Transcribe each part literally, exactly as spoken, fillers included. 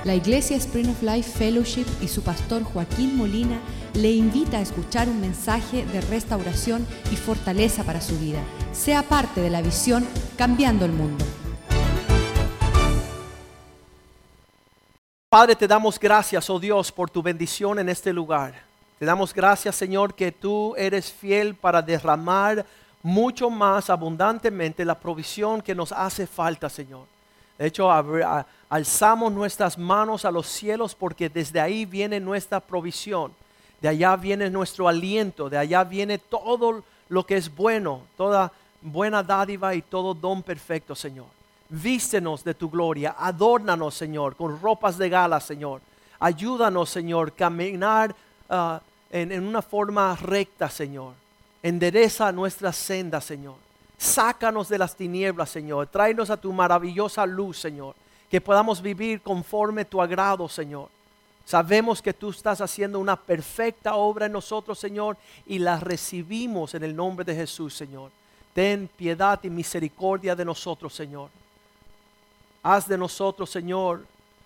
La Iglesia Spring of Life Fellowship y su pastor Joaquín Molina le invita a escuchar un mensaje de restauración y fortaleza para su vida. Sea parte de la visión Cambiando el Mundo. Padre, te damos gracias, oh Dios, por tu bendición en este lugar. Te damos gracias, Señor, que tú eres fiel para derramar mucho más abundantemente la provisión que nos hace falta, Señor. De hecho, alzamos nuestras manos a los cielos porque desde ahí viene nuestra provisión. De allá viene nuestro aliento, de allá viene todo lo que es bueno, toda buena dádiva y todo don perfecto, Señor. Vístenos de tu gloria, adórnanos, Señor, con ropas de gala, Señor. Ayúdanos, Señor, caminar uh, en, en una forma recta, Señor. Endereza nuestra senda, Señor. Sácanos de las tinieblas, Señor. Tráenos a tu maravillosa luz, Señor. Que podamos vivir conforme tu agrado, Señor. Sabemos que tú estás haciendo una perfecta obra en nosotros, Señor, y la recibimos en el nombre de Jesús, Señor. Ten piedad y misericordia de nosotros, Señor. Haz de nosotros, Señor,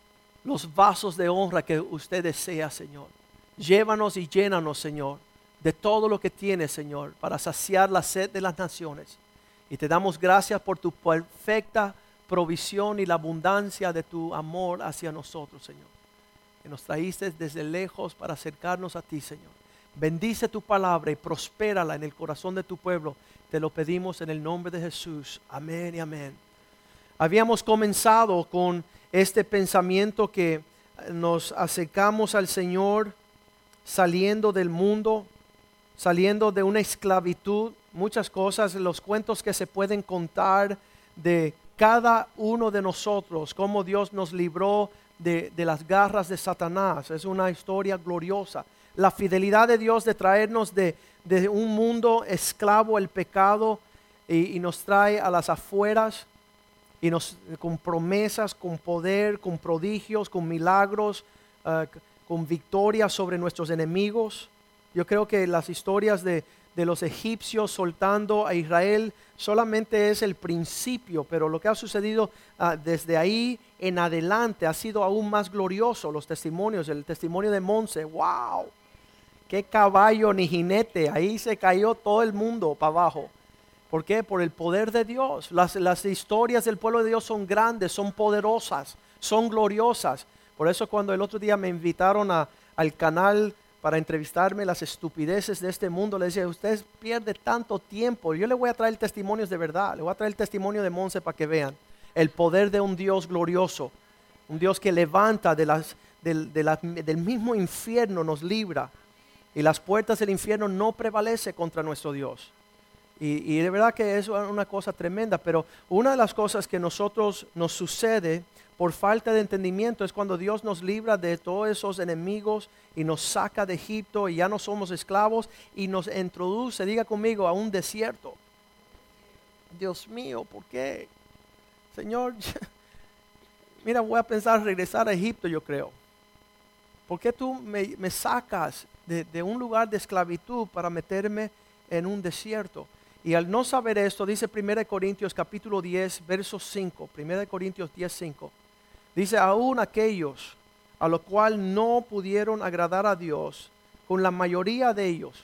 los vasos de honra que usted desea, Señor. Llévanos y llénanos, Señor, de todo lo que tienes, Señor, para saciar la sed de las naciones. Y te damos gracias por tu perfecta provisión y la abundancia de tu amor hacia nosotros, Señor. Que nos traíste desde lejos para acercarnos a ti, Señor. Bendice tu palabra y prospérala en el corazón de tu pueblo. Te lo pedimos en el nombre de Jesús. Amén y amén. Habíamos comenzado con este pensamiento que nos acercamos al Señor saliendo del mundo, saliendo de una esclavitud. Muchas cosas, los cuentos que se pueden contar de cada uno de nosotros, cómo Dios nos libró de, de las garras de Satanás. Es una historia gloriosa. La fidelidad de Dios de traernos de, de un mundo esclavo al pecado y, y nos trae a las afueras y nos, con promesas, con poder, con prodigios, con milagros, uh, con victoria sobre nuestros enemigos. Yo creo que las historias de, de los egipcios soltando a Israel solamente es el principio, pero lo que ha sucedido uh, desde ahí en adelante ha sido aún más glorioso. Los testimonios, el testimonio de Monse, wow, qué caballo ni jinete, ahí se cayó todo el mundo para abajo. ¿Por qué? Por el poder de Dios. Las, las historias del pueblo de Dios son grandes, son poderosas, son gloriosas. Por eso cuando el otro día me invitaron a, al canal para entrevistarme las estupideces de este mundo, le decía, usted pierde tanto tiempo. Yo le voy a traer testimonios de verdad, le voy a traer el testimonio de Monse para que vean el poder de un Dios glorioso, un Dios que levanta de las, del, de la, del mismo infierno, nos libra, y las puertas del infierno no prevalecen contra nuestro Dios. Y, y de verdad que es una cosa tremenda, pero una de las cosas que nosotros nos sucede por falta de entendimiento es cuando Dios nos libra de todos esos enemigos y nos saca de Egipto y ya no somos esclavos y nos introduce, diga conmigo, a un desierto. Dios mío, ¿por qué? Señor, mira, voy a pensar regresar a Egipto, yo creo. ¿Por qué tú me, me sacas de, de un lugar de esclavitud para meterme en un desierto? Y al no saber esto, dice primera de Corintios capítulo diez, verso cinco, primera de Corintios diez, cinco. Dice, aún aquellos a los cuales no pudieron agradar a Dios, con la mayoría de ellos,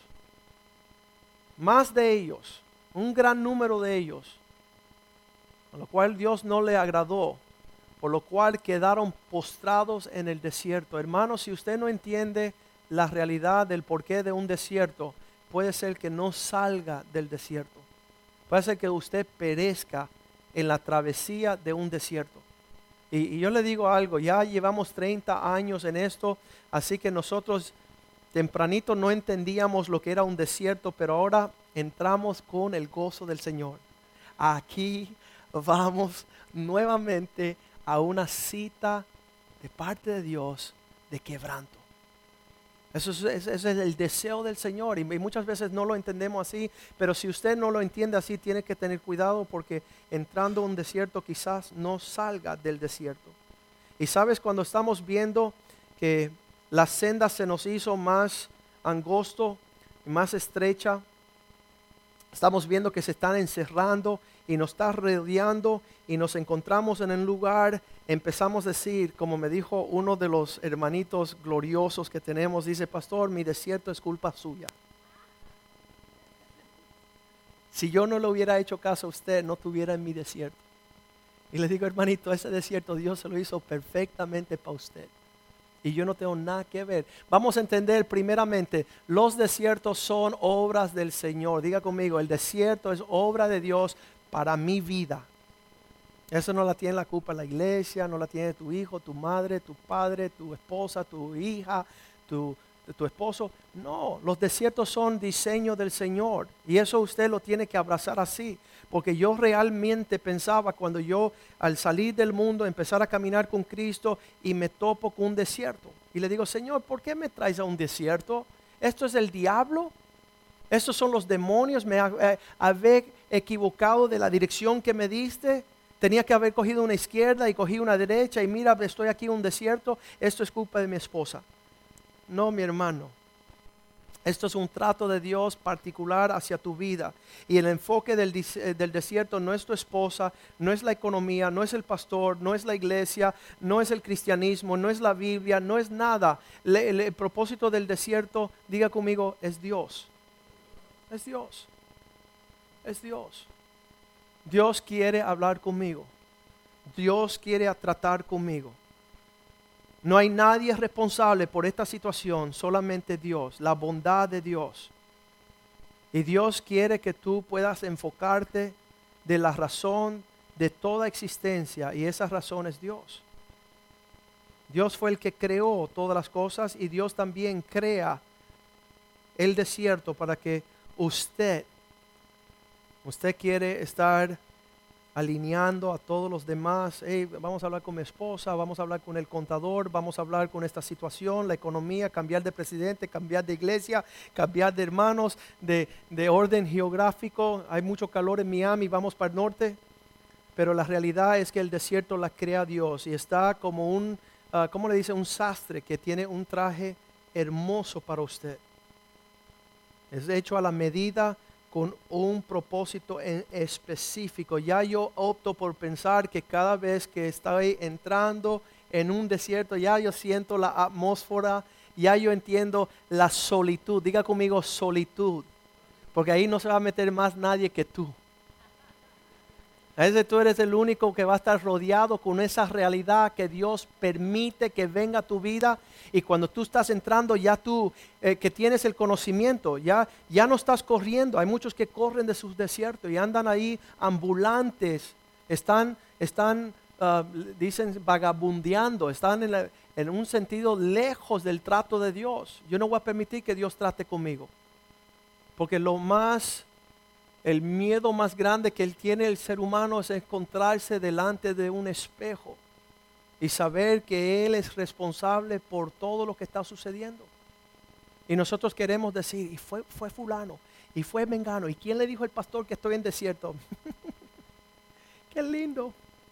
más de ellos, un gran número de ellos, a lo cual Dios no le agradó, por lo cual quedaron postrados en el desierto. Hermanos, si usted no entiende la realidad del porqué de un desierto, puede ser que no salga del desierto. Puede ser que usted perezca en la travesía de un desierto. Y, y yo le digo algo, ya llevamos treinta años en esto, así que nosotros tempranito no entendíamos lo que era un desierto, pero ahora entramos con el gozo del Señor. Aquí vamos nuevamente a una cita de parte de Dios de quebranto. Eso es, ese es el deseo del Señor y muchas veces no lo entendemos así, pero si usted no lo entiende así, tiene que tener cuidado porque entrando a un desierto quizás no salga del desierto. Y sabes, cuando estamos viendo que la senda se nos hizo más angosto, más estrecha, estamos viendo que se están encerrando y nos está rodeando y nos encontramos en un lugar, empezamos a decir, como me dijo uno de los hermanitos gloriosos que tenemos, dice, pastor, mi desierto es culpa suya. Si yo no le hubiera hecho caso a usted, no estuviera en mi desierto. Y le digo, hermanito, ese desierto Dios se lo hizo perfectamente para usted. Y yo no tengo nada que ver. Vamos a entender primeramente, los desiertos son obras del Señor. Diga conmigo, el desierto es obra de Dios para mi vida. Eso no la tiene la culpa la iglesia, no la tiene tu hijo, tu madre, tu padre, tu esposa, tu hija, tu, tu esposo. No, los desiertos son diseño del Señor. Y eso usted lo tiene que abrazar así. Porque yo realmente pensaba cuando yo al salir del mundo, empezar a caminar con Cristo y me topo con un desierto. Y le digo, Señor, ¿por qué me traes a un desierto? ¿Esto es el diablo? ¿Estos son los demonios? ¿Me eh, había equivocado de la dirección que me diste? Tenía que haber cogido una izquierda y cogí una derecha y mira, estoy aquí en un desierto. Esto es culpa de mi esposa. No, mi hermano. Esto es un trato de Dios particular hacia tu vida. Y el enfoque del, del desierto no es tu esposa, no es la economía, no es el pastor, no es la iglesia, no es el cristianismo, no es la Biblia, no es nada. Le, el, el propósito del desierto, diga conmigo, es Dios. Es Dios. Es Dios. Dios quiere hablar conmigo. Dios quiere tratar conmigo. No hay nadie responsable por esta situación, solamente Dios, la bondad de Dios. Y Dios quiere que tú puedas enfocarte de la razón de toda existencia, y esa razón es Dios. Dios fue el que creó todas las cosas y Dios también crea el desierto para que usted, usted quiere estar alineando a todos los demás. Hey, vamos a hablar con mi esposa, vamos a hablar con el contador, vamos a hablar con esta situación, la economía, cambiar de presidente, cambiar de iglesia, cambiar de hermanos, de, de orden geográfico. Hay mucho calor en Miami, vamos para el norte, pero la realidad es que el desierto la crea Dios y está como un, uh, ¿cómo le dice? Un sastre que tiene un traje hermoso para usted. Es hecho a la medida con un propósito en específico. Ya yo opto por pensar que cada vez que estoy entrando en un desierto, ya yo siento la atmósfera, ya yo entiendo la solitud. Diga conmigo solitud, porque ahí no se va a meter más nadie que tú. A veces tú eres el único que va a estar rodeado con esa realidad que Dios permite que venga a tu vida. Y cuando tú estás entrando, ya tú eh, que tienes el conocimiento, ya, ya no estás corriendo. Hay muchos que corren de sus desiertos y andan ahí ambulantes. Están, están uh, dicen, vagabundeando. Están en, la, en un sentido lejos del trato de Dios. Yo no voy a permitir que Dios trate conmigo. Porque lo más... El miedo más grande que él tiene el ser humano es encontrarse delante de un espejo y saber que él es responsable por todo lo que está sucediendo. Y nosotros queremos decir, y fue, fue fulano, y fue mengano, ¿y quién le dijo al pastor que estoy en desierto? ¡Qué lindo!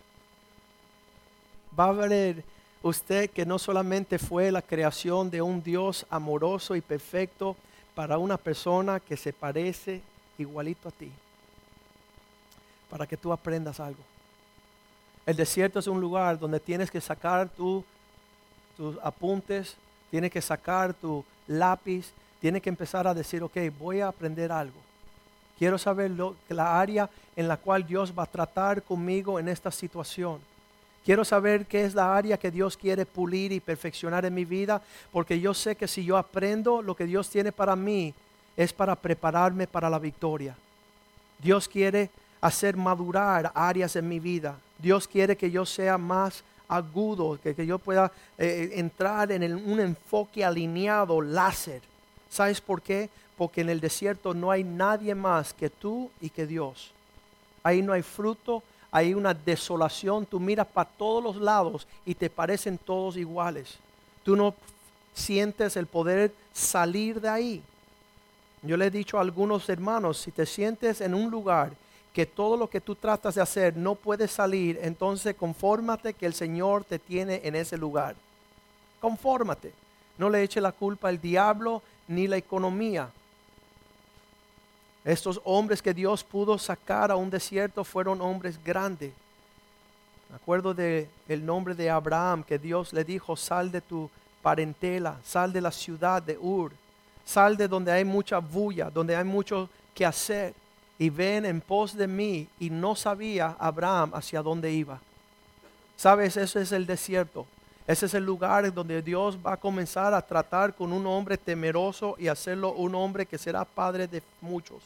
Va a ver usted que no solamente fue la creación de un Dios amoroso y perfecto para una persona que se parece igualito a ti, para que tú aprendas algo. El desierto es un lugar donde tienes que sacar tu, tus apuntes, tienes que sacar tu lápiz, tienes que empezar a decir, ok, voy a aprender algo. Quiero saber lo, la área en la cual Dios va a tratar conmigo en esta situación. Quiero saber qué es la área que Dios quiere pulir y perfeccionar en mi vida, porque yo sé que si yo aprendo lo que Dios tiene para mí, es para prepararme para la victoria. Dios quiere hacer madurar áreas en mi vida. Dios quiere que yo sea más agudo, que, que yo pueda eh, entrar en el, un enfoque alineado, láser. ¿Sabes por qué? Porque en el desierto no hay nadie más que tú y que Dios. Ahí no hay fruto, hay una desolación. Tú miras para todos los lados y te parecen todos iguales. Tú no sientes el poder salir de ahí. Yo le he dicho a algunos hermanos, si te sientes en un lugar que todo lo que tú tratas de hacer no puedes salir, entonces confórmate que el Señor te tiene en ese lugar. Confórmate. No le eche la culpa al diablo ni la economía. Estos hombres que Dios pudo sacar a un desierto fueron hombres grandes. Me acuerdo del nombre de Abraham, que Dios le dijo: sal de tu parentela, sal de la ciudad de Ur, sal de donde hay mucha bulla, donde hay mucho que hacer, y ven en pos de mí. Y no sabía Abraham hacia dónde iba. Sabes, ese es el desierto. Ese es el lugar donde Dios va a comenzar a tratar con un hombre temeroso y hacerlo un hombre que será padre de muchos.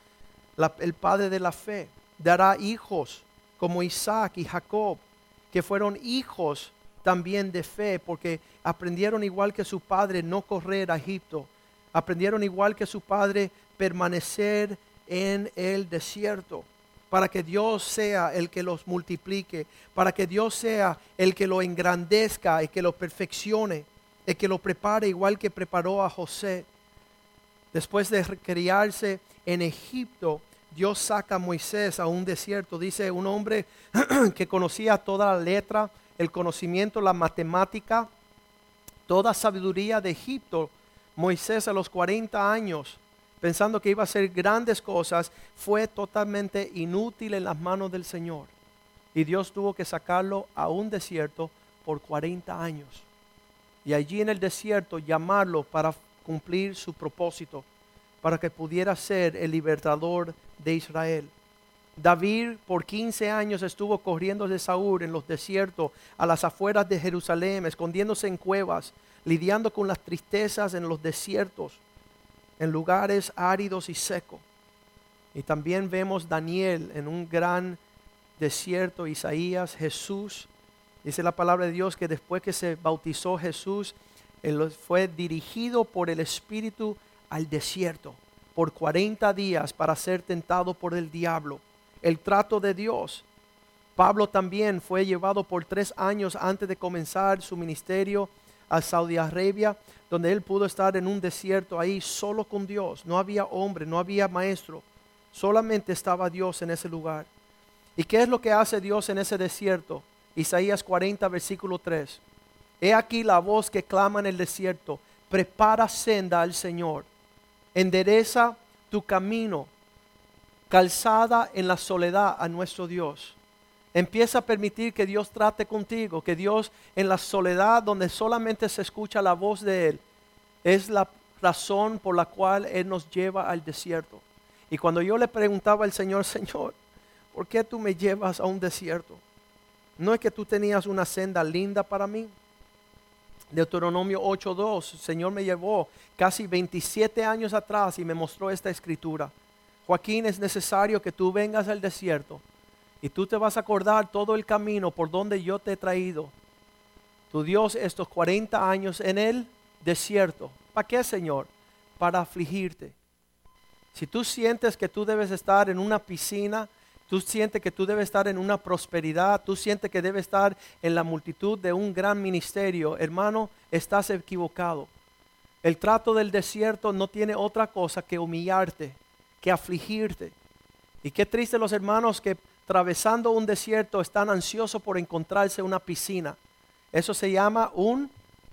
La, el padre de la fe. Dará hijos como Isaac y Jacob, que fueron hijos también de fe, porque aprendieron igual que su padre no correr a Egipto. Aprendieron igual que su padre permanecer en el desierto, para que Dios sea el que los multiplique, para que Dios sea el que lo engrandezca y que lo perfeccione, el que lo prepare igual que preparó a José. Después de criarse en Egipto, Dios saca a Moisés a un desierto. Dice un hombre que conocía toda la letra, el conocimiento, la matemática, toda sabiduría de Egipto. Moisés a los cuarenta años, pensando que iba a hacer grandes cosas, fue totalmente inútil en las manos del Señor. Y Dios tuvo que sacarlo a un desierto por cuarenta años. Y allí en el desierto llamarlo para cumplir su propósito, para que pudiera ser el libertador de Israel. David por quince años estuvo corriendo de Saúl en los desiertos, a las afueras de Jerusalén, escondiéndose en cuevas, lidiando con las tristezas en los desiertos, en lugares áridos y secos. Y también vemos Daniel en un gran desierto, Isaías, Jesús. Dice la palabra de Dios que después que se bautizó Jesús, él fue dirigido por el Espíritu al desierto por cuarenta días para ser tentado por el diablo. El trato de Dios. Pablo también fue llevado por tres años antes de comenzar su ministerio a Saudi Arabia, donde él pudo estar en un desierto ahí solo con Dios. No había hombre, no había maestro, solamente estaba Dios en ese lugar. ¿Y qué es lo que hace Dios en ese desierto? Isaías cuarenta versículo tres. He aquí la voz que clama en el desierto: prepara senda al Señor, endereza tu camino, calzada en la soledad a nuestro Dios. Empieza a permitir que Dios trate contigo, que Dios en la soledad donde solamente se escucha la voz de Él, es la razón por la cual Él nos lleva al desierto. Y cuando yo le preguntaba al Señor: Señor, ¿por qué tú me llevas a un desierto? ¿No es que tú tenías una senda linda para mí? Deuteronomio ocho dos, el Señor me llevó casi veintisiete años atrás y me mostró esta escritura. Joaquín, es necesario que tú vengas al desierto y tú te vas a acordar todo el camino por donde yo te he traído. Tu Dios estos cuarenta años en el desierto. ¿Para qué, Señor? Para afligirte. Si tú sientes que tú debes estar en una piscina, tú sientes que tú debes estar en una prosperidad, tú sientes que debes estar en la multitud de un gran ministerio, hermano, estás equivocado. El trato del desierto no tiene otra cosa que humillarte, que afligirte. Y qué triste los hermanos que atravesando un desierto están ansiosos por encontrarse una piscina. Eso se llama un,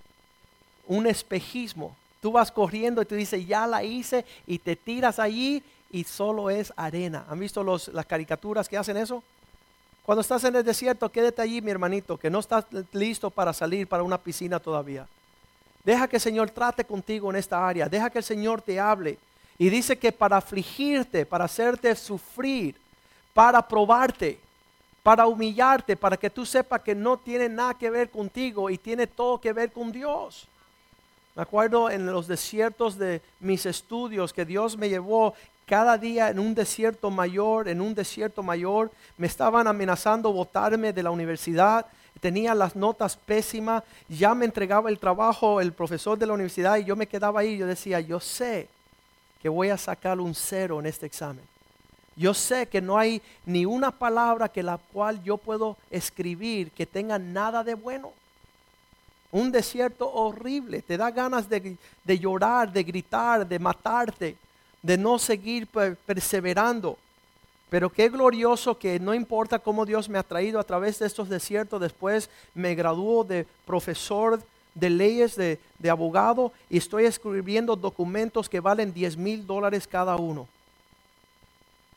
un espejismo. Tú vas corriendo y tú dices, ya la hice, y te tiras allí y solo es arena. ¿Han visto los, las caricaturas que hacen eso? Cuando estás en el desierto, quédate allí, mi hermanito, que no estás listo para salir para una piscina todavía. Deja que el Señor trate contigo en esta área. Deja que el Señor te hable. Y dice que para afligirte, para hacerte sufrir, para probarte, para humillarte, para que tú sepas que no tiene nada que ver contigo y tiene todo que ver con Dios. Me acuerdo en los desiertos de mis estudios que Dios me llevó cada día en un desierto mayor, en un desierto mayor. Me estaban amenazando botarme de la universidad. Tenía las notas pésimas. Ya me entregaba el trabajo el profesor de la universidad y yo me quedaba ahí. Yo decía, yo sé que voy a sacar un cero en este examen. Yo sé que no hay ni una palabra que la cual yo puedo escribir que tenga nada de bueno. Un desierto horrible, te da ganas de, de llorar, de gritar, de matarte, de no seguir per, perseverando. Pero qué glorioso que no importa cómo Dios me ha traído a través de estos desiertos. Después me graduó de profesor de leyes, de, de abogado, y estoy escribiendo documentos que valen diez mil dólares cada uno.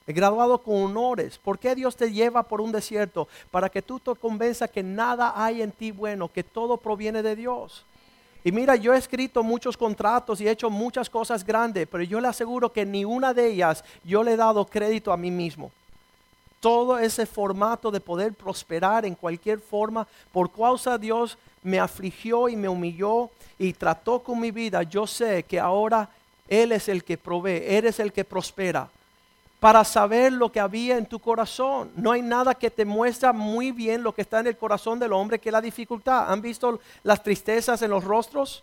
graduado con honores. ¿Por qué Dios te lleva por un desierto? Para que tú te convenzas que nada hay en ti bueno, que todo proviene de Dios. Y mira, yo he escrito muchos contratos y he hecho muchas cosas grandes, pero yo le aseguro que ni una de ellas yo le he dado crédito a mí mismo. Todo ese formato de poder prosperar en cualquier forma, por causa Dios me afligió y me humilló y trató con mi vida. Yo sé que ahora Él es el que provee, Él es el que prospera. Para saber lo que había en tu corazón. No hay nada que te muestra muy bien lo que está en el corazón del hombre que la dificultad. ¿Han visto las tristezas en los rostros?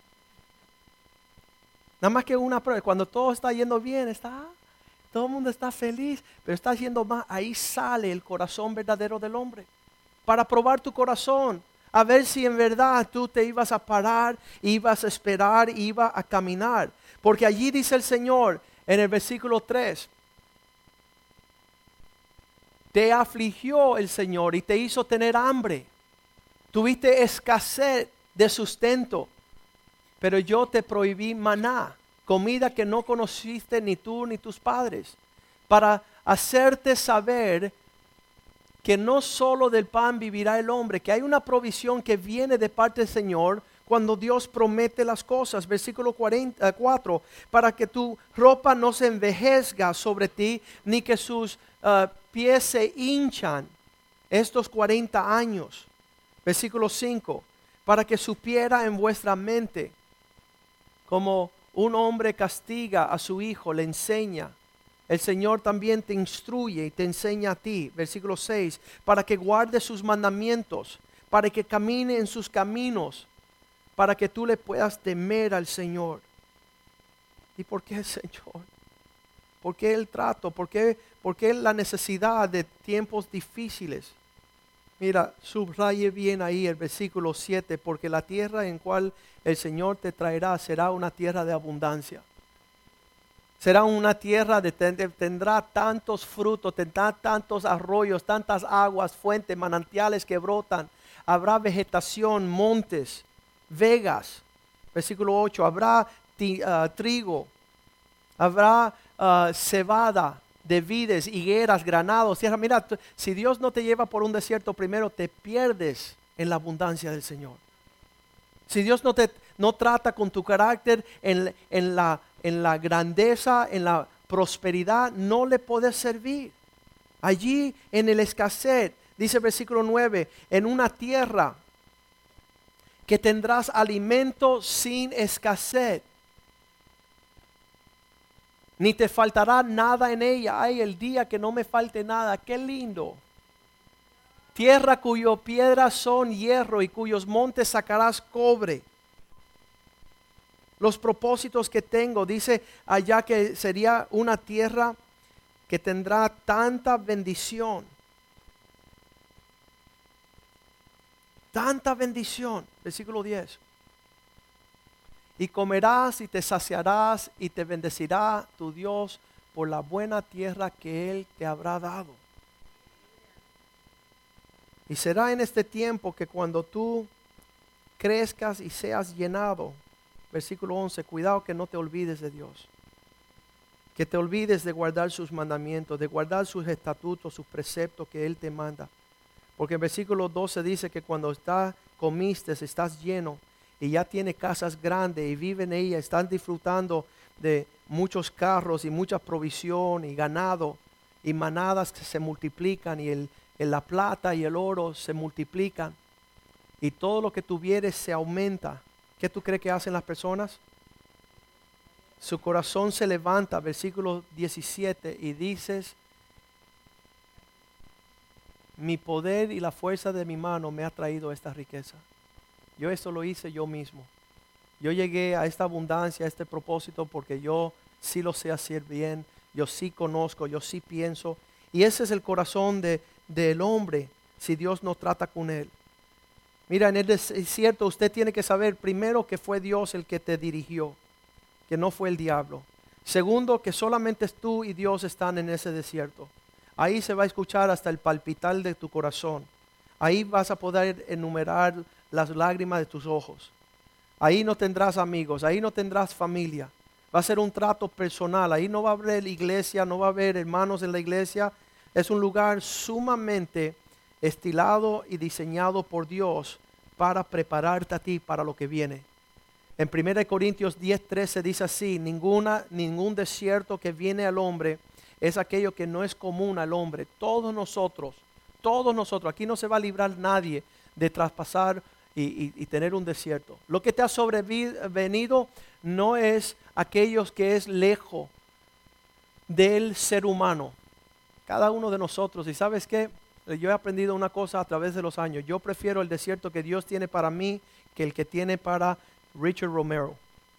Nada más que una prueba. Cuando todo está yendo bien, está, todo el mundo está feliz, pero está yendo más. Ahí sale el corazón verdadero del hombre. Para probar tu corazón. A ver si en verdad tú te ibas a parar, ibas a esperar, ibas a caminar. Porque allí dice el Señor en el versículo tres. Te afligió el Señor y te hizo tener hambre. Tuviste escasez de sustento, pero yo te prohibí maná, comida que no conociste ni tú ni tus padres, para hacerte saber que no solo del pan vivirá el hombre, que hay una provisión que viene de parte del Señor cuando Dios promete las cosas. Versículo cuarenta, cuatro, para que tu ropa no se envejezca sobre ti, ni que sus uh, pies se hinchan estos cuarenta años. Versículo cinco, para que supiera en vuestra mente, como un hombre castiga a su hijo, le enseña. El Señor también te instruye y te enseña a ti. Versículo seis, para que guarde sus mandamientos, para que camine en sus caminos, para que tú le puedas temer al Señor. ¿Y por qué el Señor? ¿Por qué el trato? ¿Por qué, por qué la necesidad de tiempos difíciles? Mira, subraye bien ahí el versículo siete, porque la tierra en cual el Señor te traerá será una tierra de abundancia. Será una tierra de tendrá tantos frutos, tendrá tantos arroyos, tantas aguas, fuentes, manantiales que brotan. Habrá vegetación, montes, vegas. Versículo ocho, habrá ti, uh, trigo, habrá uh, cebada de vides, higueras, granados, tierra. Mira, tú, si Dios no te lleva por un desierto primero, te pierdes en la abundancia del Señor. Si Dios no te no trata con tu carácter en, en, la, en la grandeza, en la prosperidad, no le puedes servir. Allí en el escasez, dice el versículo nueve, en una tierra que tendrás alimento sin escasez, ni te faltará nada en ella. Ay, el día que no me falte nada, qué lindo. Tierra cuyo piedras son hierro y cuyos montes sacarás cobre. Los propósitos que tengo, dice allá que sería una tierra que tendrá tanta bendición. Tanta bendición. Versículo diez. Y comerás y te saciarás y te bendecirá tu Dios por la buena tierra que Él te habrá dado. Y será en este tiempo que cuando tú crezcas y seas llenado, versículo once, cuidado que no te olvides de Dios. Que te olvides de guardar sus mandamientos, de guardar sus estatutos, sus preceptos que Él te manda. Porque en versículo doce dice que cuando estás, comiste, estás lleno y ya tiene casas grandes y vive en ellas, están disfrutando de muchos carros y mucha provisión y ganado y manadas que se multiplican y el, el, la plata y el oro se multiplican y todo lo que tuvieres se aumenta. ¿Qué tú crees que hacen las personas? Su corazón se levanta, versículo diecisiete, y dices, mi poder y la fuerza de mi mano me ha traído esta riqueza. Yo esto lo hice yo mismo. Yo llegué a esta abundancia, a este propósito, porque yo sí lo sé hacer bien, yo sí conozco, yo sí pienso. Y ese es el corazón de, del hombre, si Dios no trata con él. Mira, en el desierto usted tiene que saber primero que fue Dios el que te dirigió, que no fue el diablo. Segundo, que solamente tú y Dios están en ese desierto. Ahí se va a escuchar hasta el palpitar de tu corazón. Ahí vas a poder enumerar las lágrimas de tus ojos. Ahí no tendrás amigos, ahí no tendrás familia. Va a ser un trato personal. Ahí no va a haber iglesia, no va a haber hermanos en la iglesia. Es un lugar sumamente estilado y diseñado por Dios para prepararte a ti para lo que viene. En primera Corintios diez trece dice así: Ninguna, ningún desierto que viene al hombre es aquello que no es común al hombre. Todos nosotros, todos nosotros, aquí no se va a librar nadie de traspasar y, y, y tener un desierto. Lo que te ha sobrevenido no es aquellos que es lejos del ser humano. Cada uno de nosotros, y ¿sabes qué? Yo he aprendido una cosa a través de los años. Yo prefiero el desierto que Dios tiene para mí que el que tiene para Richard Romero.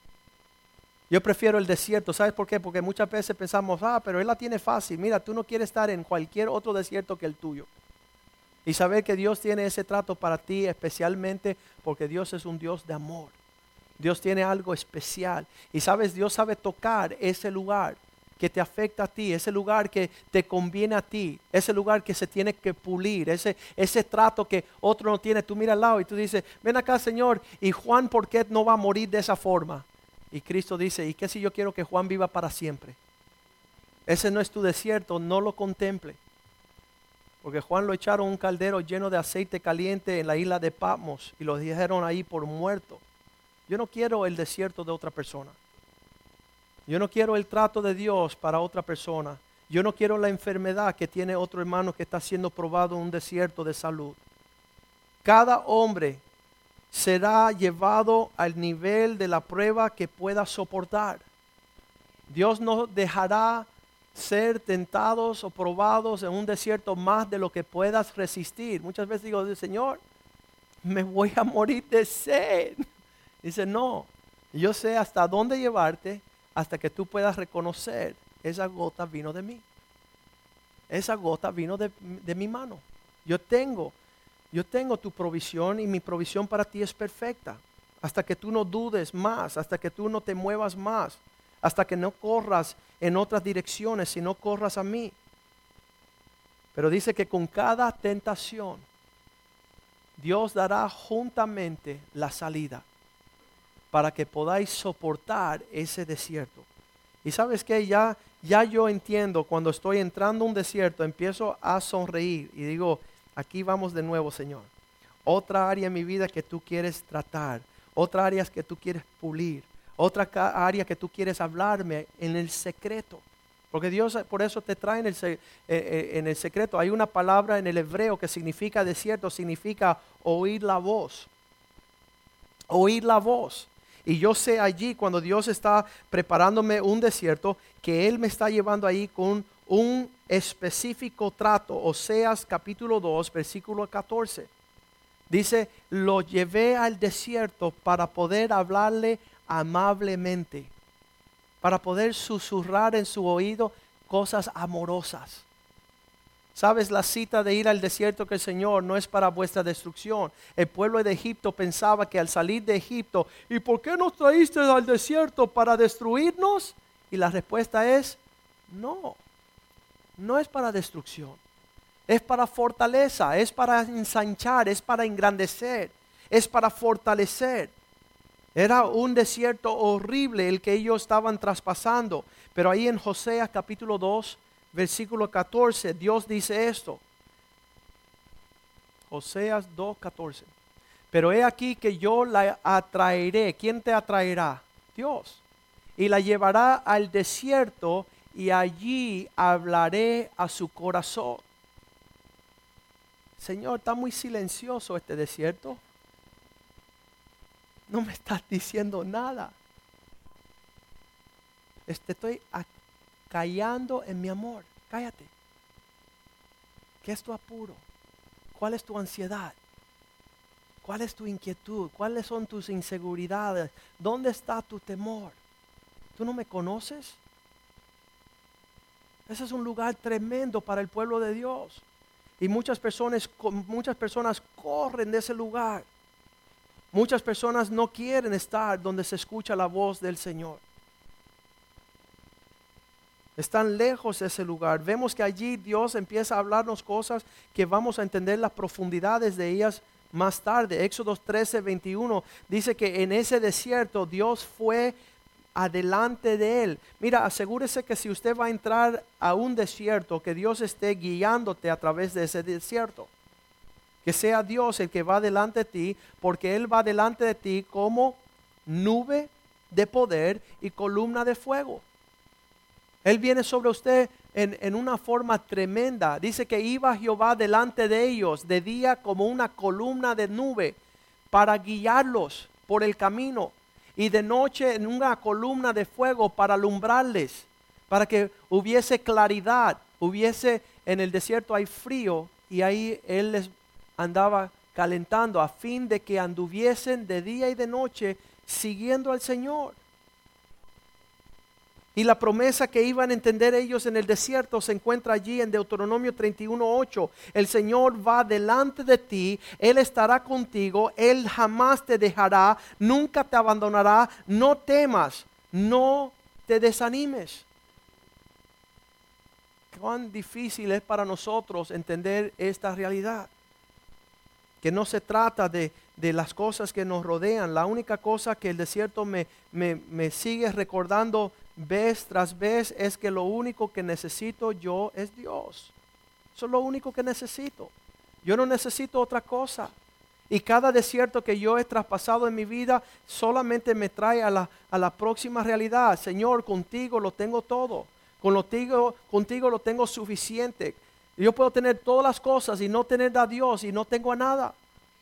Yo prefiero el desierto. ¿Sabes por qué? Porque muchas veces pensamos, ah, pero él la tiene fácil. Mira, tú no quieres estar en cualquier otro desierto que el tuyo. Y saber que Dios tiene ese trato para ti, especialmente porque Dios es un Dios de amor. Dios tiene algo especial. Y sabes, Dios sabe tocar ese lugar que te afecta a ti, ese lugar que te conviene a ti, ese lugar que se tiene que pulir, ese, ese trato que otro no tiene. Tú miras al lado y tú dices, ven acá, Señor, y Juan, ¿por qué no va a morir de esa forma? Y Cristo dice, ¿y qué si yo quiero que Juan viva para siempre? Ese no es tu desierto, no lo contemple. Porque Juan lo echaron en un caldero lleno de aceite caliente en la isla de Patmos y lo dejaron ahí por muerto. Yo no quiero el desierto de otra persona. Yo no quiero el trato de Dios para otra persona. Yo no quiero la enfermedad que tiene otro hermano que está siendo probado en un desierto de salud. Cada hombre será llevado al nivel de la prueba que pueda soportar. Dios no dejará ser tentados o probados en un desierto más de lo que puedas resistir. Muchas veces digo, Señor, me voy a morir de sed. Dice, no, yo sé hasta dónde llevarte hasta que tú puedas reconocer, esa gota vino de mí. Esa gota vino de, de mi mano. Yo tengo, yo tengo tu provisión y mi provisión para ti es perfecta. Hasta que tú no dudes más, hasta que tú no te muevas más, hasta que no corras en otras direcciones, sino corras a mí. Pero dice que con cada tentación, Dios dará juntamente la salida para que podáis soportar ese desierto. Y sabes que ya, ya yo entiendo, cuando estoy entrando a un desierto, empiezo a sonreír y digo, aquí vamos de nuevo, Señor. Otra área en mi vida que tú quieres tratar, otra área que tú quieres pulir, otra área que tú quieres hablarme en el secreto. Porque Dios por eso te trae en el, en el secreto. Hay una palabra en el hebreo que significa desierto, significa oír la voz. Oír la voz. Y yo sé allí cuando Dios está preparándome un desierto, que Él me está llevando ahí con un específico trato. Oseas capítulo dos, versículo catorce. Dice, lo llevé al desierto para poder hablarle amablemente, para poder susurrar en su oído cosas amorosas. ¿Sabes? La cita de ir al desierto que el Señor no es para vuestra destrucción. El pueblo de Egipto pensaba que al salir de Egipto, ¿y por qué nos traíste al desierto para destruirnos? Y la respuesta es, no, no es para destrucción. Es para fortaleza, es para ensanchar, es para engrandecer, es para fortalecer. Era un desierto horrible el que ellos estaban traspasando. Pero ahí en Oseas capítulo dos, versículo catorce, Dios dice esto. Oseas dos, catorce. Pero he aquí que yo la atraeré. ¿Quién te atraerá? Dios. Y la llevará al desierto y allí hablaré a su corazón. Señor, está muy silencioso este desierto. No me estás diciendo nada. Te estoy callando en mi amor. Cállate. ¿Qué es tu apuro? ¿Cuál es tu ansiedad? ¿Cuál es tu inquietud? ¿Cuáles son tus inseguridades? ¿Dónde está tu temor? ¿Tú no me conoces? Ese es un lugar tremendo para el pueblo de Dios. Y muchas personas, muchas personas corren de ese lugar. Muchas personas no quieren estar donde se escucha la voz del Señor. Están lejos de ese lugar. Vemos que allí Dios empieza a hablarnos cosas que vamos a entender las profundidades de ellas más tarde. Éxodo trece, veintiuno dice que en ese desierto Dios fue adelante de Él. Mira, asegúrese que si usted va a entrar a un desierto, que Dios esté guiándote a través de ese desierto. Que sea Dios el que va delante de ti, porque Él va delante de ti como nube de poder y columna de fuego. Él viene sobre usted en, en una forma tremenda. Dice que iba Jehová delante de ellos de día como una columna de nube para guiarlos por el camino, y de noche en una columna de fuego para alumbrarles, para que hubiese claridad. Hubiese, en el desierto hay frío, y ahí Él les andaba calentando a fin de que anduviesen de día y de noche siguiendo al Señor. Y la promesa que iban a entender ellos en el desierto se encuentra allí en Deuteronomio treinta y uno ocho. El Señor va delante de ti, Él estará contigo, Él jamás te dejará, nunca te abandonará. No temas, no te desanimes. Cuán difícil es para nosotros entender esta realidad. Que no se trata de, de las cosas que nos rodean. La única cosa que el desierto me, me, me sigue recordando vez tras vez es que lo único que necesito yo es Dios. Eso es lo único que necesito. Yo no necesito otra cosa. Y cada desierto que yo he traspasado en mi vida solamente me trae a la, a la próxima realidad. Señor, contigo lo tengo todo. Contigo, contigo lo tengo suficiente. Yo puedo tener todas las cosas y no tener a Dios y no tengo a nada.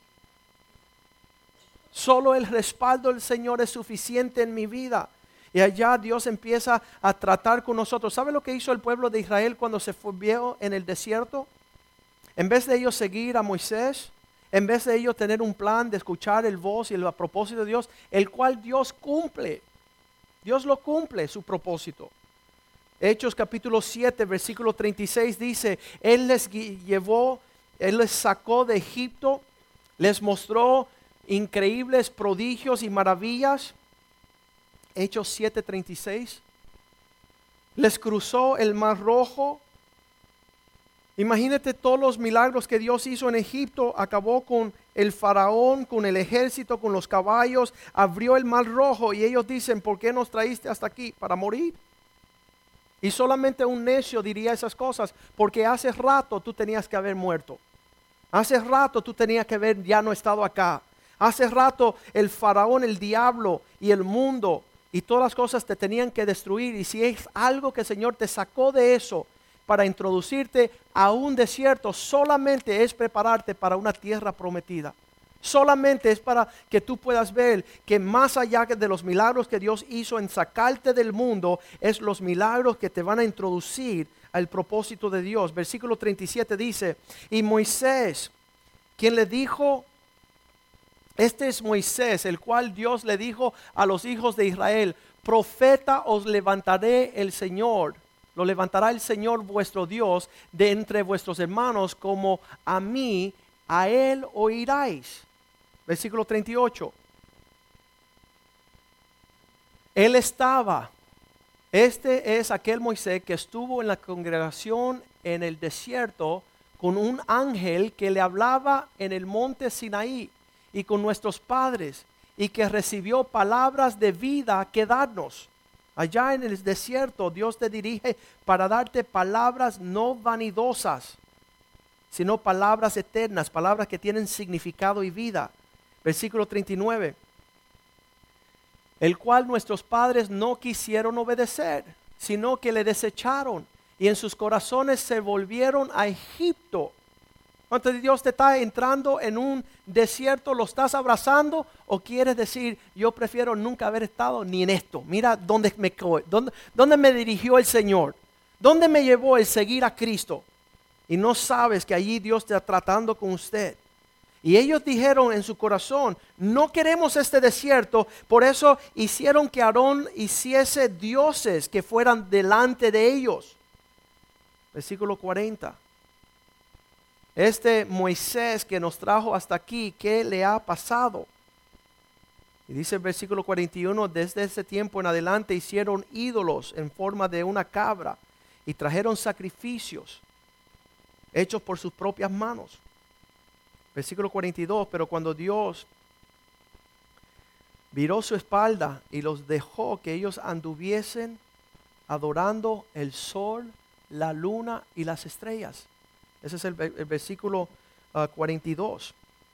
Solo el respaldo del Señor es suficiente en mi vida. Y allá Dios empieza a tratar con nosotros. ¿Sabe lo que hizo el pueblo de Israel cuando se fue en el desierto? En vez de ellos seguir a Moisés, en vez de ellos tener un plan de escuchar el voz y el propósito de Dios, el cual Dios cumple. Dios lo cumple, su propósito. Hechos capítulo siete, versículo treinta y seis dice, Él les llevó, Él les sacó de Egipto, les mostró increíbles prodigios y maravillas. Hechos siete, treinta y seis. Les cruzó el mar rojo. Imagínate todos los milagros que Dios hizo en Egipto. Acabó con el faraón, con el ejército, con los caballos. Abrió el mar rojo y ellos dicen, ¿por qué nos traíste hasta aquí? ¿Para morir? Y solamente un necio diría esas cosas, porque hace rato tú tenías que haber muerto. Hace rato tú tenías que haber ya no estado acá. Hace rato el faraón, el diablo y el mundo y todas las cosas te tenían que destruir. Y si es algo que el Señor te sacó de eso para introducirte a un desierto, solamente es prepararte para una tierra prometida. Solamente es para que tú puedas ver que más allá de los milagros que Dios hizo en sacarte del mundo, es los milagros que te van a introducir al propósito de Dios. Versículo treinta y siete dice, y Moisés, quien le dijo, este es Moisés, el cual Dios le dijo a los hijos de Israel, profeta os levantaré el Señor, lo levantará el Señor vuestro Dios de entre vuestros hermanos, como a mí, a él oiráis. Versículo treinta y ocho. Él estaba, este es aquel Moisés que estuvo en la congregación en el desierto con un ángel que le hablaba en el monte Sinaí y con nuestros padres y que recibió palabras de vida que darnos. Allá en el desierto Dios te dirige para darte palabras no vanidosas, sino palabras eternas, palabras que tienen significado y vida. Versículo treinta y nueve. El cual nuestros padres no quisieron obedecer, sino que le desecharon y en sus corazones se volvieron a Egipto. Cuando Dios te está entrando en un desierto, ¿lo estás abrazando o quieres decir, yo prefiero nunca haber estado ni en esto? Mira dónde me, dónde, dónde me dirigió el Señor, dónde me llevó el seguir a Cristo. Y no sabes que allí Dios está tratando con usted. Y ellos dijeron en su corazón, no queremos este desierto, por eso hicieron que Aarón hiciese dioses que fueran delante de ellos. Versículo cuarenta. Este Moisés que nos trajo hasta aquí, ¿qué le ha pasado? Y dice el versículo cuarenta y uno, desde ese tiempo en adelante hicieron ídolos en forma de una cabra y trajeron sacrificios hechos por sus propias manos. Versículo cuarenta y dos, pero cuando Dios viró su espalda y los dejó que ellos anduviesen adorando el sol, la luna y las estrellas. Ese es el, el versículo uh, cuarenta y dos.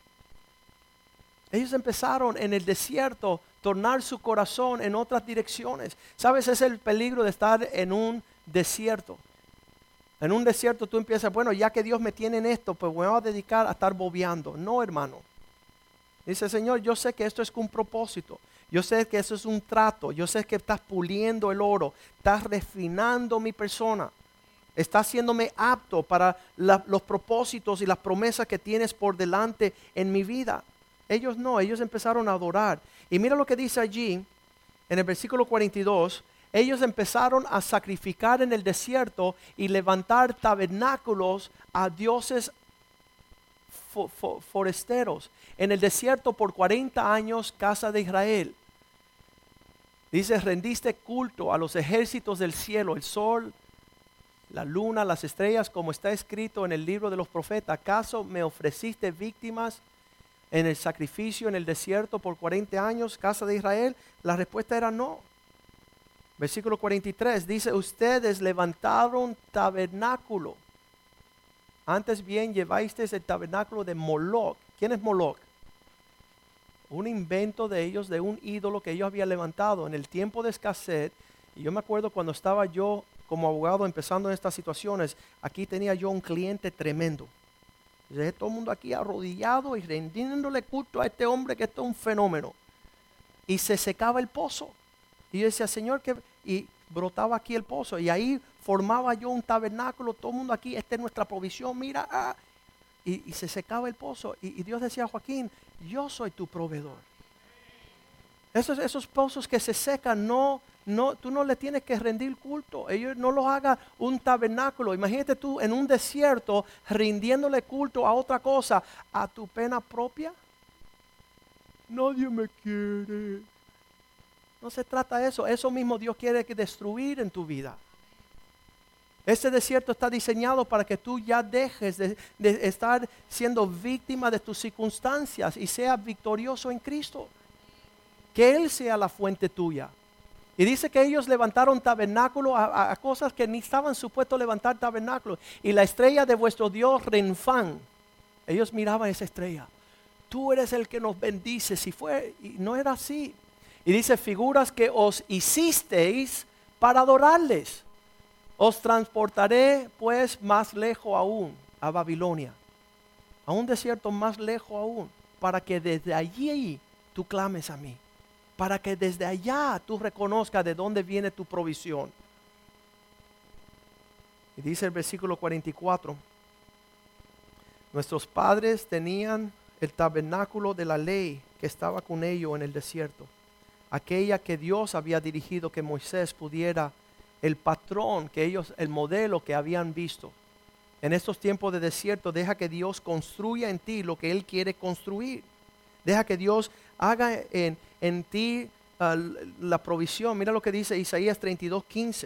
Ellos empezaron en el desierto a tornar su corazón en otras direcciones. ¿Sabes? Es el peligro de estar en un desierto. En un desierto tú empiezas, bueno, ya que Dios me tiene en esto, pues me voy a dedicar a estar bobeando. No, hermano. Dice, Señor, yo sé que esto es con un propósito. Yo sé que eso es un trato. Yo sé que estás puliendo el oro. Estás refinando mi persona. Estás haciéndome apto para la, los propósitos y las promesas que tienes por delante en mi vida. Ellos no, ellos empezaron a adorar. Y mira lo que dice allí, en el versículo cuarenta y dos. Ellos empezaron a sacrificar en el desierto y levantar tabernáculos a dioses fo, fo, foresteros. En el desierto por cuarenta años, casa de Israel. Dice, rendiste culto a los ejércitos del cielo, el sol, la luna, las estrellas, como está escrito en el libro de los profetas. ¿Acaso me ofreciste víctimas en el sacrificio en el desierto por cuarenta años, casa de Israel? La respuesta era no. Versículo cuarenta y tres dice, ustedes levantaron tabernáculo. Antes bien llevasteis el tabernáculo de Moloc. ¿Quién es Moloc? Un invento de ellos, de un ídolo que ellos habían levantado en el tiempo de escasez. Y yo me acuerdo cuando estaba yo como abogado empezando en estas situaciones, aquí tenía yo un cliente tremendo. Entonces, todo el mundo aquí arrodillado y rendiéndole culto a este hombre que esto es un fenómeno. Y se secaba el pozo. Y yo decía, Señor, que y brotaba aquí el pozo. Y ahí formaba yo un tabernáculo, todo el mundo aquí, esta es nuestra provisión, mira. Ah. Y, y se secaba el pozo. Y, y Dios decía, Joaquín, yo soy tu proveedor. Esos, esos pozos que se secan, no, no, tú no le tienes que rendir culto. Ellos no los haga un tabernáculo. Imagínate tú en un desierto rindiéndole culto a otra cosa, a tu pena propia. Nadie me quiere. No se trata de eso. Eso mismo Dios quiere que destruir en tu vida. Este desierto está diseñado para que tú ya dejes de, de estar siendo víctima de tus circunstancias y seas victorioso en Cristo. Que Él sea la fuente tuya. Y dice que ellos levantaron tabernáculo a, a, a cosas que ni estaban supuestos a levantar tabernáculo. Y la estrella de vuestro Dios, Renfán. Ellos miraban esa estrella. Tú eres el que nos bendice. Si fue, y no era así. Y dice, figuras que os hicisteis para adorarles. Os transportaré pues más lejos aún a Babilonia. A un desierto más lejos aún. Para que desde allí tú clames a mí. Para que desde allá tú reconozcas de dónde viene tu provisión. Y dice el versículo cuarenta y cuatro. Nuestros padres tenían el tabernáculo de la ley que estaba con ellos en el desierto. Aquella que Dios había dirigido que Moisés pudiera, el patrón que ellos, el modelo que habían visto. En estos tiempos de desierto, deja que Dios construya en ti lo que Él quiere construir. Deja que Dios haga en, en ti uh, la provisión. Mira lo que dice Isaías treinta y dos, quince.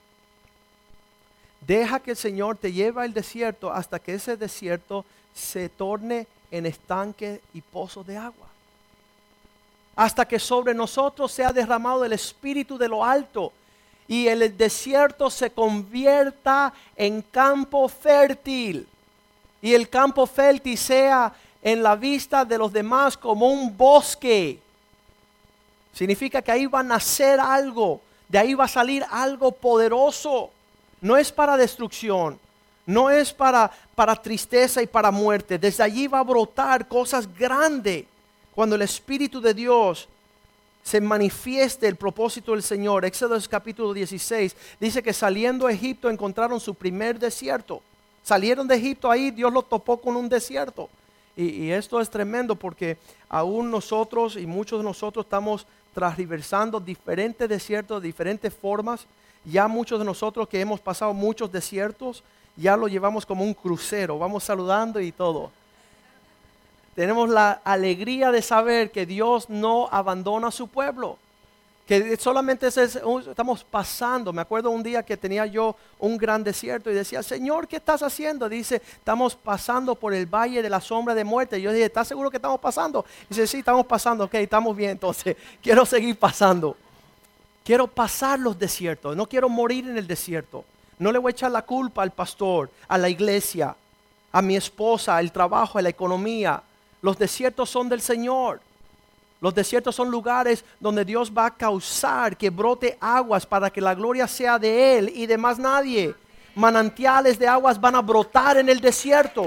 Deja que el Señor te lleve al desierto hasta que ese desierto se torne en estanque y pozos de agua. Hasta que sobre nosotros sea derramado el Espíritu de lo alto y el desierto se convierta en campo fértil. Y el campo fértil sea en la vista de los demás como un bosque. Significa que ahí va a nacer algo, de ahí va a salir algo poderoso. No es para destrucción, no es para, para tristeza y para muerte. Desde allí va a brotar cosas grandes. Cuando el Espíritu de Dios se manifieste el propósito del Señor. Éxodo capítulo dieciséis dice que saliendo a Egipto encontraron su primer desierto. Salieron de Egipto ahí, Dios los topó con un desierto. Y, y esto es tremendo porque aún nosotros y muchos de nosotros estamos transversando diferentes desiertos de diferentes formas. Ya muchos de nosotros que hemos pasado muchos desiertos, ya lo llevamos como un crucero. Vamos saludando y todo. Tenemos la alegría de saber que Dios no abandona a su pueblo. Que solamente es, es- estamos pasando. Me acuerdo un día que tenía yo un gran desierto y decía, Señor, ¿qué estás haciendo? Dice, estamos pasando por el valle de la sombra de muerte. Y yo dije, ¿estás seguro que estamos pasando? Dice, sí, estamos pasando, ok, estamos bien, entonces quiero seguir pasando. Quiero pasar los desiertos, no quiero morir en el desierto. No le voy a echar la culpa al pastor, a la iglesia, a mi esposa, al trabajo, a la economía. Los desiertos son del Señor. Los desiertos son lugares donde Dios va a causar que brote aguas para que la gloria sea de Él y de más nadie. Manantiales de aguas van a brotar en el desierto.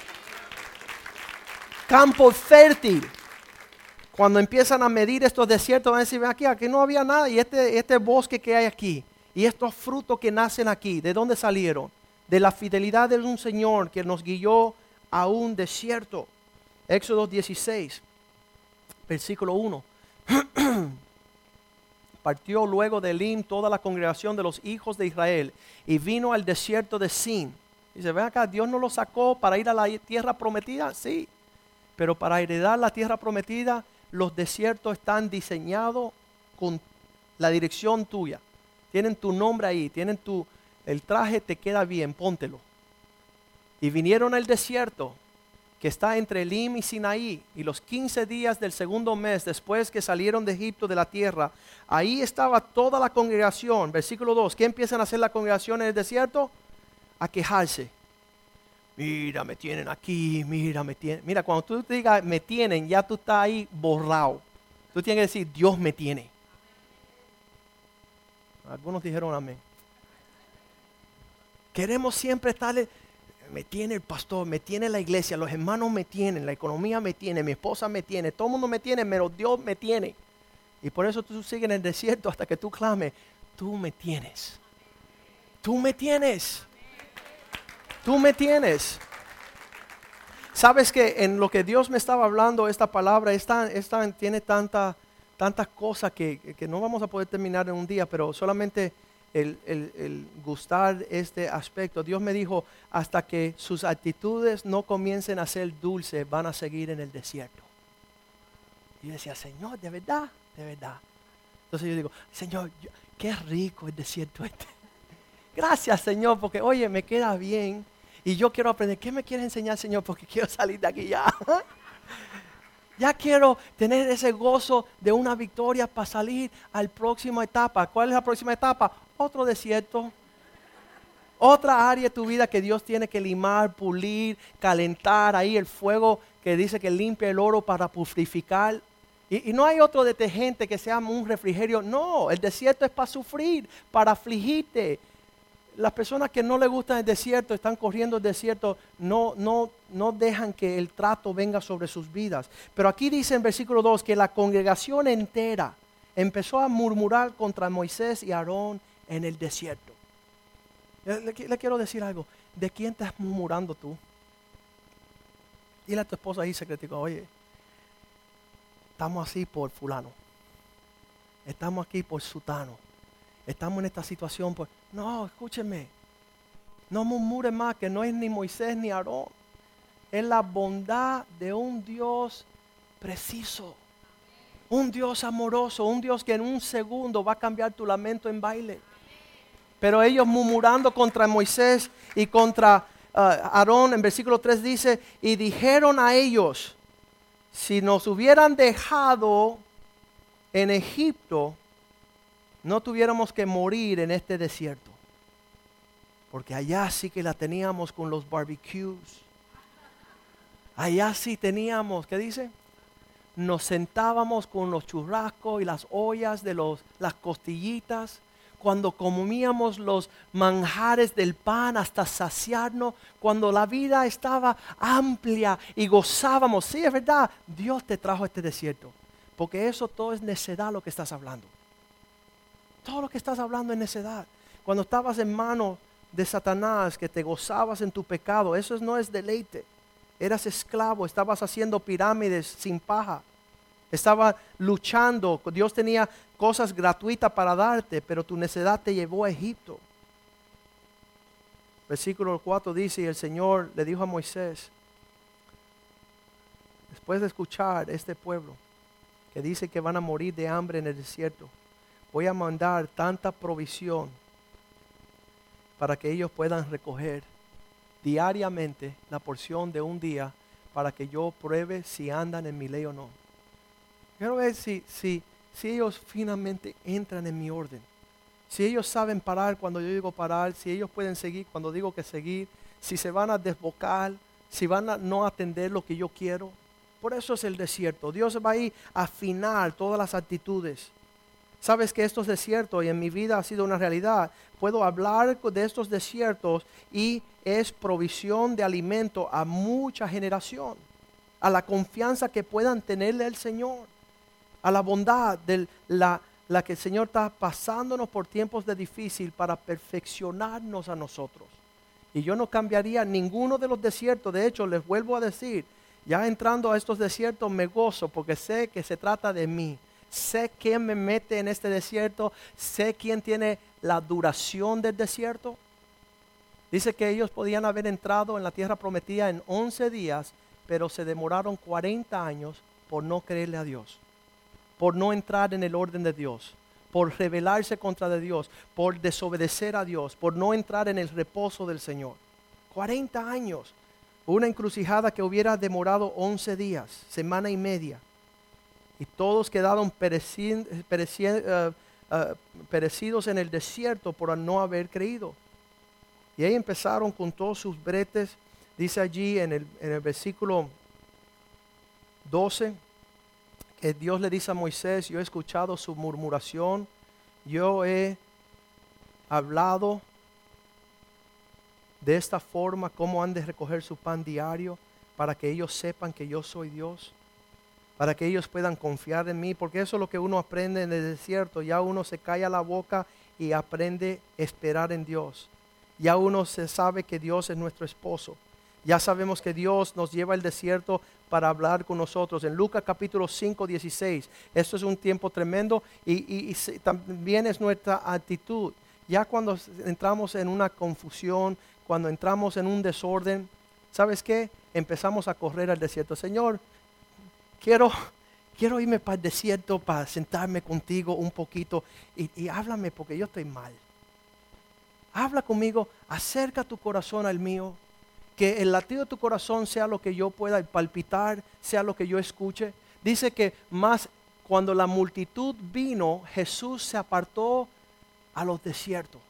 Campo fértil. Cuando empiezan a medir estos desiertos, van a decir, ven aquí, aquí no había nada. Y este, este bosque que hay aquí, y estos frutos que nacen aquí, ¿de dónde salieron? De la fidelidad de un Señor que nos guió a un desierto. Éxodo dieciséis. Versículo uno. Partió luego de Elim toda la congregación de los hijos de Israel y vino al desierto de Sin. Dice, ven acá, Dios no lo sacó para ir a la tierra prometida, sí. Pero para heredar la tierra prometida, los desiertos están diseñados con la dirección tuya. Tienen tu nombre ahí, tienen tu, el traje te queda bien, póntelo. Y vinieron al desierto que está entre Elim y Sinaí, y los quince días del segundo mes después que salieron de Egipto de la tierra, ahí estaba toda la congregación. Versículo dos, ¿qué empiezan a hacer la congregación en el desierto? A quejarse. Mira, me tienen aquí, mira, me tienen. Mira, cuando tú te digas me tienen, ya tú estás ahí borrado. Tú tienes que decir, Dios me tiene. Algunos dijeron amén. Queremos siempre estar... Me tiene el pastor, me tiene la iglesia, los hermanos me tienen, la economía me tiene, mi esposa me tiene, todo el mundo me tiene, pero Dios me tiene. Y por eso tú sigues en el desierto hasta que tú clames, tú me tienes. Tú me tienes. Tú me tienes. Sabes que en lo que Dios me estaba hablando, esta palabra esta, esta, tiene tanta, tantas cosas que, que no vamos a poder terminar en un día, pero solamente... El, el, el gustar este aspecto. Dios me dijo, hasta que sus actitudes no comiencen a ser dulces, van a seguir en el desierto. Y yo decía, Señor, de verdad, de verdad. Entonces yo digo, Señor, yo, qué rico el desierto este. Gracias, Señor, porque oye, me queda bien. Y yo quiero aprender. ¿Qué me quieres enseñar, Señor? Porque quiero salir de aquí ya. Ya quiero tener ese gozo de una victoria para salir a la próxima etapa. ¿Cuál es la próxima etapa? Otro desierto. Otra área de tu vida que Dios tiene que limar, pulir, calentar. Ahí el fuego que dice que limpia el oro para purificar. Y, y no hay otro detergente que sea un refrigerio. No, el desierto es para sufrir, para afligirte. Las personas que no les gustan el desierto, están corriendo el desierto, no, no, no dejan que el trato venga sobre sus vidas. Pero aquí dice en versículo dos que la congregación entera empezó a murmurar contra Moisés y Aarón en el desierto. Le, le, le quiero decir algo, ¿de quién estás murmurando tú? Dile a tu esposa ahí secretico, oye, estamos así por fulano, estamos aquí por sutano. Estamos en esta situación, pues, no, escúchenme, no murmuren más que no es ni Moisés ni Aarón, es la bondad de un Dios preciso, un Dios amoroso, un Dios que en un segundo va a cambiar tu lamento en baile. Pero ellos murmurando contra Moisés y contra uh, Aarón, en versículo tres dice, y dijeron a ellos, si nos hubieran dejado en Egipto, no tuviéramos que morir en este desierto, porque allá sí que la teníamos con los barbecues, allá sí teníamos, ¿qué dice? Nos sentábamos con los churrascos y las ollas de los, las costillitas, cuando comíamos los manjares del pan hasta saciarnos, cuando la vida estaba amplia y gozábamos. Sí, es verdad, Dios te trajo a este desierto, porque eso todo es necedad lo que estás hablando. Todo lo que estás hablando es necedad. Cuando estabas en manos de Satanás, que te gozabas en tu pecado, eso no es deleite. Eras esclavo, estabas haciendo pirámides sin paja. Estabas luchando, Dios tenía cosas gratuitas para darte, pero tu necedad te llevó a Egipto. Versículo cuatro dice, y el Señor le dijo a Moisés, después de escuchar este pueblo, que dice que van a morir de hambre en el desierto, voy a mandar tanta provisión para que ellos puedan recoger diariamente la porción de un día para que yo pruebe si andan en mi ley o no. Quiero ver si, si, si ellos finalmente entran en mi orden. Si ellos saben parar cuando yo digo parar, si ellos pueden seguir cuando digo que seguir, si se van a desbocar, si van a no atender lo que yo quiero. Por eso es el desierto. Dios va a ir a afinar todas las actitudes. Sabes que estos desiertos, y en mi vida ha sido una realidad, puedo hablar de estos desiertos y es provisión de alimento a mucha generación, a la confianza que puedan tenerle al Señor, a la bondad de la, la que el Señor está pasándonos por tiempos de difícil para perfeccionarnos a nosotros. Y yo no cambiaría ninguno de los desiertos. De hecho, les vuelvo a decir, ya entrando a estos desiertos me gozo porque sé que se trata de mí. Sé quién me mete en este desierto, sé quién tiene la duración del desierto. Dice que ellos podían haber entrado en la tierra prometida en once días, pero se demoraron cuarenta años por no creerle a Dios, por no entrar en el orden de Dios, por rebelarse contra de Dios, por desobedecer a Dios, por no entrar en el reposo del Señor. cuarenta años, una encrucijada que hubiera demorado once días, semana y media. Y todos quedaron pereci- pereci- uh, uh, perecidos en el desierto por no haber creído. Y ahí empezaron con todos sus bretes. Dice allí en el, en el versículo doce, que Dios le dice a Moisés, yo he escuchado su murmuración, yo he hablado de esta forma, cómo han de recoger su pan diario, para que ellos sepan que yo soy Dios, para que ellos puedan confiar en mí, porque eso es lo que uno aprende en el desierto. Ya uno se calla la boca y aprende a esperar en Dios. Ya uno se sabe que Dios es nuestro esposo. Ya sabemos que Dios nos lleva al desierto para hablar con nosotros. En Lucas capítulo cinco, dieciséis, esto es un tiempo tremendo y, y, y también es nuestra actitud. Ya cuando entramos en una confusión, cuando entramos en un desorden, ¿sabes qué? Empezamos a correr al desierto. Señor, quiero, quiero irme para el desierto para sentarme contigo un poquito y, y háblame porque yo estoy mal. Habla conmigo, acerca tu corazón al mío, que el latido de tu corazón sea lo que yo pueda palpitar, sea lo que yo escuche. Dice que más cuando la multitud vino, Jesús se apartó a los desiertos.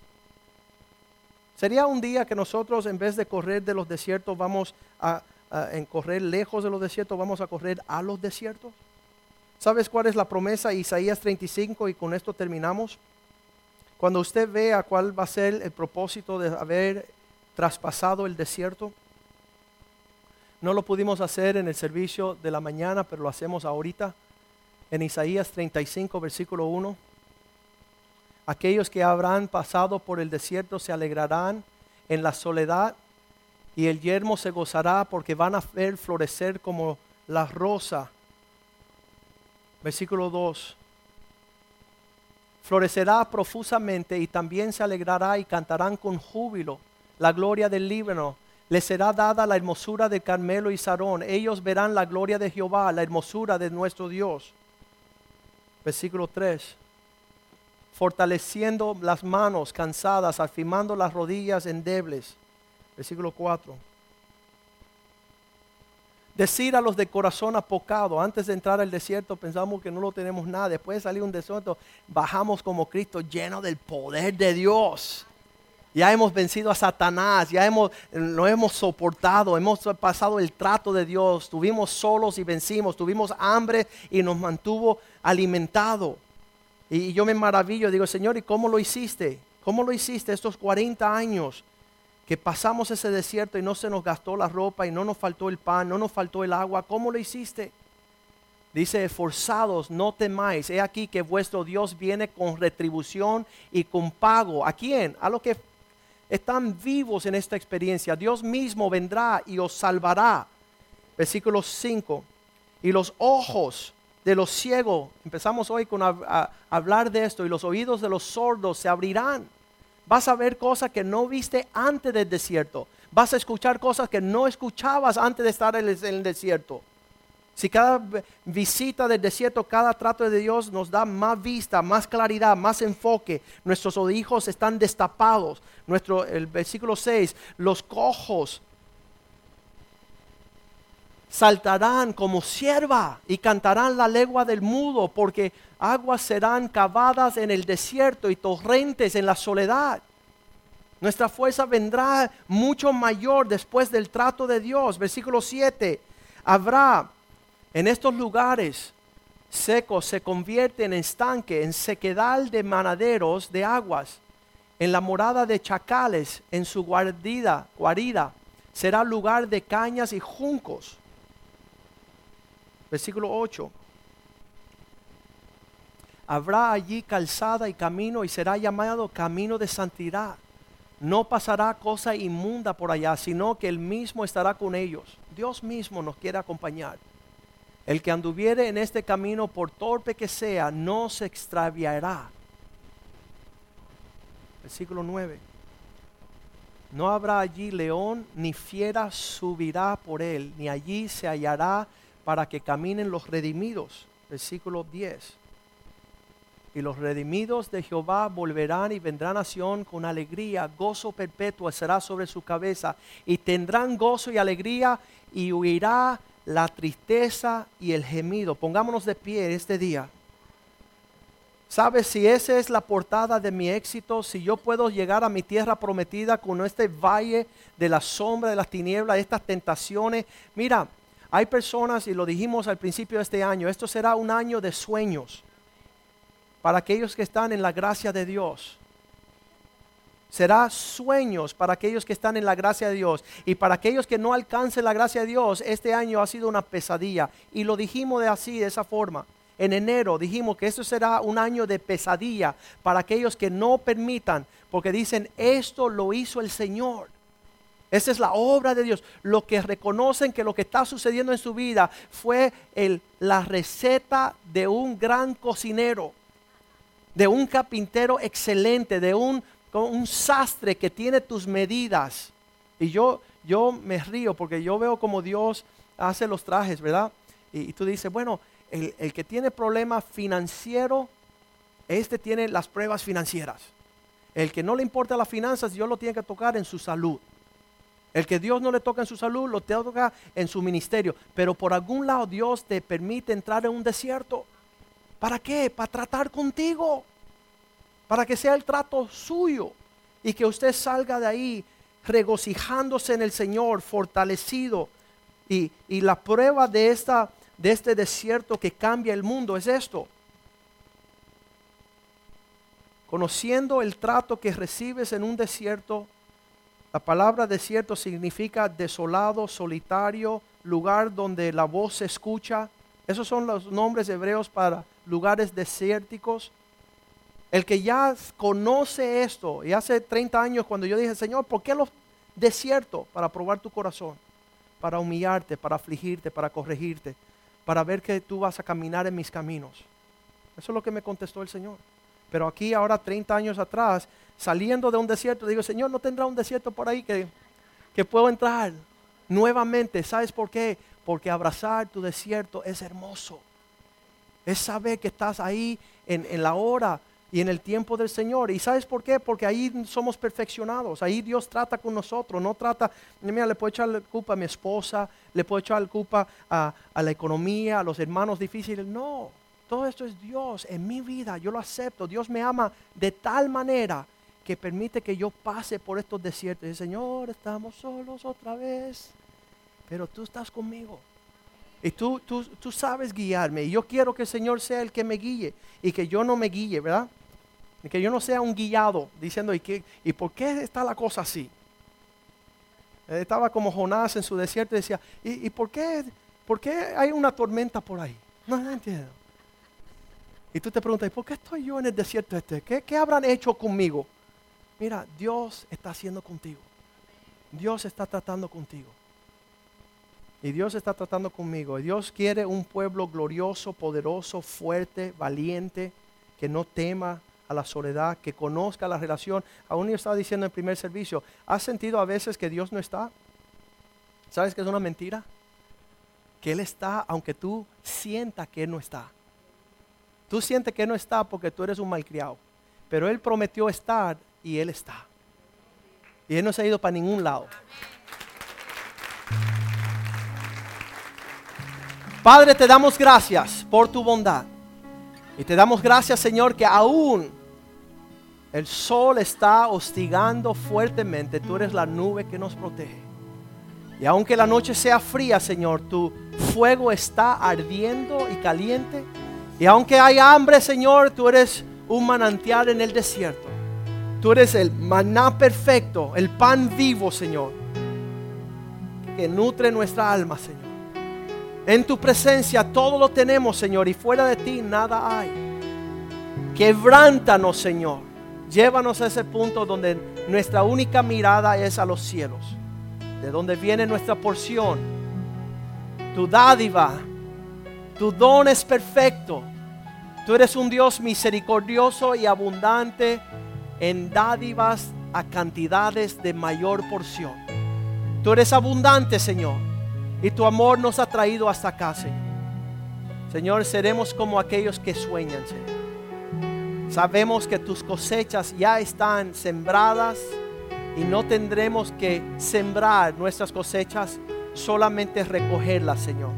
Sería un día que nosotros en vez de correr de los desiertos vamos a, a en correr lejos de los desiertos, vamos a correr a los desiertos. ¿Sabes cuál es la promesa? Isaías treinta y cinco, y con esto terminamos. Cuando usted vea cuál va a ser el propósito de haber traspasado el desierto, no lo pudimos hacer en el servicio de la mañana, pero lo hacemos ahorita. En Isaías treinta y cinco, versículo uno. Aquellos que habrán pasado por el desierto se alegrarán en la soledad, y el yermo se gozará porque van a ver florecer como la rosa. Versículo dos. Florecerá profusamente y también se alegrará y cantarán con júbilo la gloria del Líbano. Les será dada la hermosura de Carmelo y Sarón. Ellos verán la gloria de Jehová, la hermosura de nuestro Dios. Versículo tres. Fortaleciendo las manos cansadas, afirmando las rodillas endebles. Versículo cuatro. Decir a los de corazón apocado, antes de entrar al desierto pensamos que no lo tenemos nada. Después de salir un desierto, bajamos como Cristo lleno del poder de Dios. Ya hemos vencido a Satanás, ya hemos, lo hemos soportado, hemos pasado el trato de Dios. Estuvimos solos y vencimos, tuvimos hambre y nos mantuvo alimentados. Y yo me maravillo, digo, Señor, ¿y cómo lo hiciste? ¿Cómo lo hiciste estos cuarenta años que pasamos ese desierto y no se nos gastó la ropa y no nos faltó el pan, no nos faltó el agua? ¿Cómo lo hiciste? Dice, esforzados, no temáis. He aquí que vuestro Dios viene con retribución y con pago. ¿A quién? A los que están vivos en esta experiencia. Dios mismo vendrá y os salvará. Versículo cinco. Y los ojos de los ciegos, empezamos hoy con a, a, a hablar de esto, y los oídos de los sordos se abrirán. Vas a ver cosas que no viste antes del desierto. Vas a escuchar cosas que no escuchabas antes de estar en el, en el desierto. Si cada visita del desierto, cada trato de Dios nos da más vista, más claridad, más enfoque, nuestros ojos están destapados. Nuestro, el versículo seis, los cojos saltarán como cierva y cantarán la lengua del mudo, porque aguas serán cavadas en el desierto y torrentes en la soledad. Nuestra fuerza vendrá mucho mayor después del trato de Dios. Versículo siete, habrá en estos lugares secos, se convierten en estanque, en sequedal de manaderos de aguas, en la morada de chacales, en su guarida, guarida, será lugar de cañas y juncos. Versículo ocho, habrá allí calzada y camino y será llamado camino de santidad. No pasará cosa inmunda por allá, sino que Él mismo estará con ellos. Dios mismo nos quiere acompañar. El que anduviere en este camino, por torpe que sea, no se extraviará. Versículo nueve. No habrá allí león, ni fiera subirá por él, ni allí se hallará para que caminen los redimidos. Versículo diez. Y los redimidos de Jehová volverán y vendrán a Sión con alegría, gozo perpetuo será sobre su cabeza, y tendrán gozo y alegría, y huirá la tristeza y el gemido. Pongámonos de pie este día. ¿Sabes si esa es la portada de mi éxito? Si yo puedo llegar a mi tierra prometida con este valle de la sombra de las tinieblas, estas tentaciones. Mira, hay personas, y lo dijimos al principio de este año, esto será un año de sueños para aquellos que están en la gracia de Dios. Será sueños para aquellos que están en la gracia de Dios. Y para aquellos que no alcancen la gracia de Dios, este año ha sido una pesadilla. Y lo dijimos de así, de esa forma. En enero dijimos que esto será un año de pesadilla para aquellos que no permitan, porque dicen, esto lo hizo el Señor. Esa es la obra de Dios. Lo que reconocen que lo que está sucediendo en su vida fue el, la receta de un gran cocinero, de un carpintero excelente, de un un sastre que tiene tus medidas. Y yo, yo me río porque yo veo como Dios hace los trajes, ¿verdad? Y, y tú dices, bueno, el, el que tiene problema financiero, este tiene las pruebas financieras. El que no le importa las finanzas, Dios lo tiene que tocar en su salud. El que Dios no le toca en su salud, lo toca en su ministerio. Pero por algún lado Dios te permite entrar en un desierto. ¿Para qué? Para tratar contigo. Para que sea el trato suyo y que usted salga de ahí regocijándose en el Señor, fortalecido. Y, y la prueba de, esta, de este desierto que cambia el mundo es esto. Conociendo el trato que recibes en un desierto, la palabra desierto significa desolado, solitario, lugar donde la voz se escucha. Esos son los nombres hebreos para lugares desérticos. El que ya conoce esto, y hace treinta años cuando yo dije, Señor, ¿por qué los desiertos? Para probar tu corazón, para humillarte, para afligirte, para corregirte, para ver que tú vas a caminar en mis caminos. Eso es lo que me contestó el Señor. Pero aquí ahora treinta años atrás, saliendo de un desierto, digo, Señor, ¿no tendrá un desierto por ahí que, que puedo entrar nuevamente? ¿Sabes por qué? Porque abrazar tu desierto es hermoso. Es saber que estás ahí en, en la hora y en el tiempo del Señor. ¿Y sabes por qué? Porque ahí somos perfeccionados. Ahí Dios trata con nosotros. No trata, mira, le puedo echar la culpa a mi esposa, le puedo echar la culpa a, a la economía, a los hermanos difíciles. No, todo esto es Dios en mi vida. Yo lo acepto. Dios me ama de tal manera que permite que yo pase por estos desiertos. Y dice, Señor, estamos solos otra vez, pero tú estás conmigo. Y tú, tú, tú sabes guiarme. Y yo quiero que el Señor sea el que me guíe. Y que yo no me guíe, ¿verdad? Y que yo no sea un guiado diciendo, ¿y, qué, ¿y por qué está la cosa así? Él estaba como Jonás en su desierto y decía, ¿y, y por, qué, por qué hay una tormenta por ahí? No, no entiendo. Y tú te preguntas, ¿por qué estoy yo en el desierto este? ¿Qué, qué habrán hecho conmigo? Mira, Dios está haciendo contigo. Dios está tratando contigo. Y Dios está tratando conmigo. Dios quiere un pueblo glorioso, poderoso, fuerte, valiente, que no tema a la soledad, que conozca la relación. Aún yo estaba diciendo en el primer servicio, ¿has sentido a veces que Dios no está? ¿Sabes que es una mentira? que Él está, aunque tú sientas que Él no está. Tú sientes que Él no está porque tú eres un malcriado, pero Él prometió estar y Él está. Y Él no se ha ido para ningún lado. Padre, te damos gracias por tu bondad. Y te damos gracias, Señor, que aún el sol está hostigando fuertemente. Tú eres la nube que nos protege. Y aunque la noche sea fría, Señor, tu fuego está ardiendo y caliente. Y aunque hay hambre, Señor, tú eres un manantial en el desierto. Tú eres el maná perfecto, el pan vivo, Señor, que nutre nuestra alma, Señor. En tu presencia todo lo tenemos, Señor, y fuera de ti nada hay. Quebrántanos, Señor. Llévanos a ese punto donde nuestra única mirada es a los cielos, de donde viene nuestra porción. Tu dádiva, tu don es perfecto. Tú eres un Dios misericordioso y abundante en dádivas a cantidades de mayor porción. Tú eres abundante, Señor. Y tu amor nos ha traído hasta acá, Señor. Señor, seremos como aquellos que sueñan, Señor. Sabemos que tus cosechas ya están sembradas y no tendremos que sembrar nuestras cosechas, solamente recogerlas, Señor.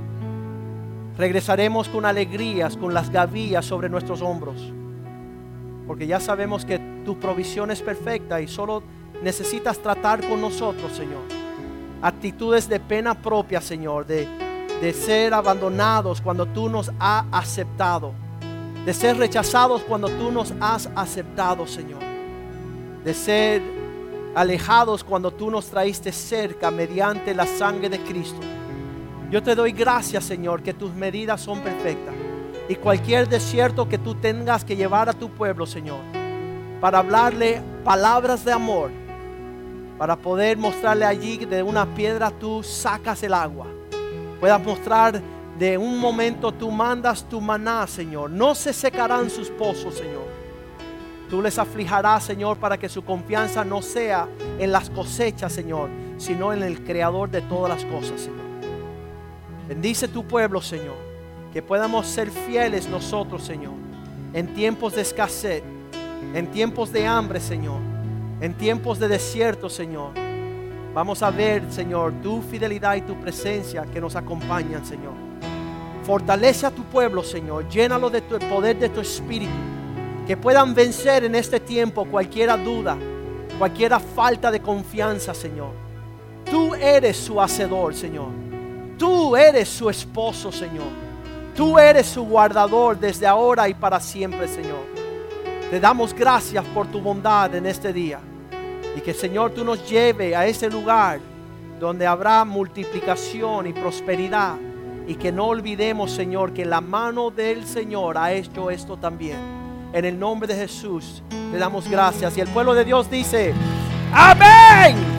Regresaremos con alegrías, con las gavillas sobre nuestros hombros, porque ya sabemos que tu provisión es perfecta y solo necesitas tratar con nosotros, Señor. Actitudes de pena propia, Señor, de, de ser abandonados cuando tú nos has aceptado, de ser rechazados cuando tú nos has aceptado, Señor, de ser alejados cuando tú nos traíste cerca mediante la sangre de Cristo. Yo te doy gracias, Señor, que tus medidas son perfectas, y cualquier desierto que tú tengas que llevar a tu pueblo, Señor, para hablarle palabras de amor, para poder mostrarle allí que de una piedra tú sacas el agua, puedas mostrar de un momento tú mandas tu maná, Señor. No se secarán sus pozos, Señor. Tú les aflijarás, Señor, para que su confianza no sea en las cosechas, Señor, sino en el Creador de todas las cosas, Señor. Bendice tu pueblo, Señor, que podamos ser fieles nosotros, Señor, en tiempos de escasez, en tiempos de hambre, Señor, en tiempos de desierto, Señor. Vamos a ver, Señor, tu fidelidad y tu presencia que nos acompañan, Señor. Fortalece a tu pueblo, Señor. Llénalo de tu poder, de tu espíritu, que puedan vencer en este tiempo cualquier duda, cualquier falta de confianza, Señor. Tú eres su hacedor, Señor. Tú eres su esposo, Señor. Tú eres su guardador desde ahora y para siempre, Señor. Te damos gracias por tu bondad en este día. Y que, Señor, tú nos lleve a ese lugar donde habrá multiplicación y prosperidad. Y que no olvidemos, Señor, que la mano del Señor ha hecho esto también. En el nombre de Jesús te damos gracias. Y el pueblo de Dios dice: amén.